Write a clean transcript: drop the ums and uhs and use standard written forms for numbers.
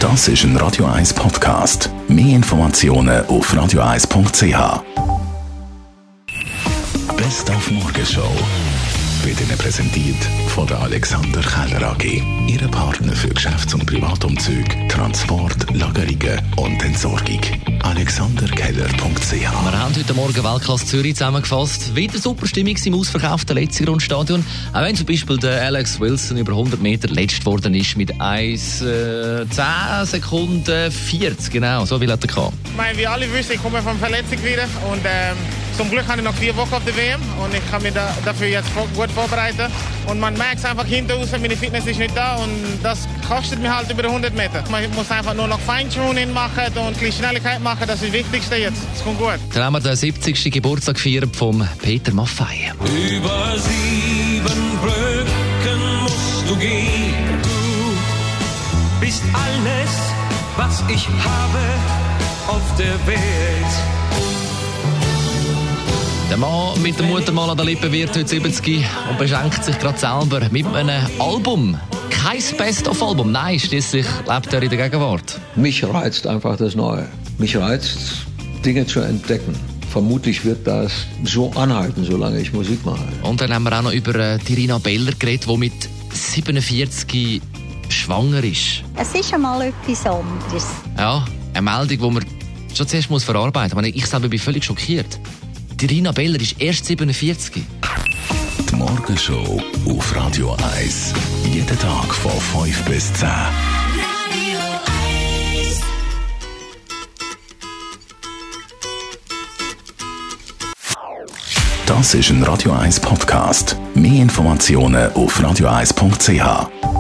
Das ist ein Radio 1 Podcast. Mehr Informationen auf radio1.ch. Best auf Morgenshow wird Ihnen präsentiert von der Alexander Keller AG. Ihre Partner für Geschäfts- und Privatumzüge, Transport, Lagerungen und Entsorgung. alexanderkeller.ch. Wir haben heute Morgen Weltklasse Zürich zusammengefasst. Wieder super Stimmung im ausverkauften Letzigrundstadion. Auch wenn zum Beispiel der Alex Wilson über 100 Meter letzt worden ist mit 10 Sekunden 40. Genau, so viel hat er gehabt. Ich meine, wie alle wissen, ich komme von Verletzung wieder und zum Glück habe ich noch 4 Wochen auf der WM und ich kann mich dafür jetzt gut vorbereiten. Und man merkt es einfach hinten raus, meine Fitness ist nicht da und das kostet mir halt über 100 Meter. Man muss einfach nur noch Feintuning machen und ein bisschen Schnelligkeit machen, das ist das Wichtigste jetzt. Es kommt gut. Dann haben wir den 70. Geburtstag gefeiert von Peter Maffay. Über 7 Brücken musst du gehen. Du bist alles, was ich habe auf der Welt. Der Mann mit dem Muttermal an der Lippe wird heute 70 und beschenkt sich gerade selber mit einem Album. Kein Best-of-Album, nein, schließlich lebt er in der Gegenwart. Mich reizt einfach das Neue. Mich reizt, Dinge zu entdecken. Vermutlich wird das so anhalten, solange ich Musik mache. Und dann haben wir auch noch über die Rina Beller geredet, die mit 47 schwanger ist. Es ist einmal etwas anderes. Ja, eine Meldung, die man schon zuerst verarbeiten muss. Ich selber bin völlig schockiert. Die Rina Beller ist erst 47. Die Morgenshow auf Radio 1. Jeden Tag von 5 bis 10. Radio 1. Das ist ein Radio 1 Podcast. Mehr Informationen auf radio1.ch.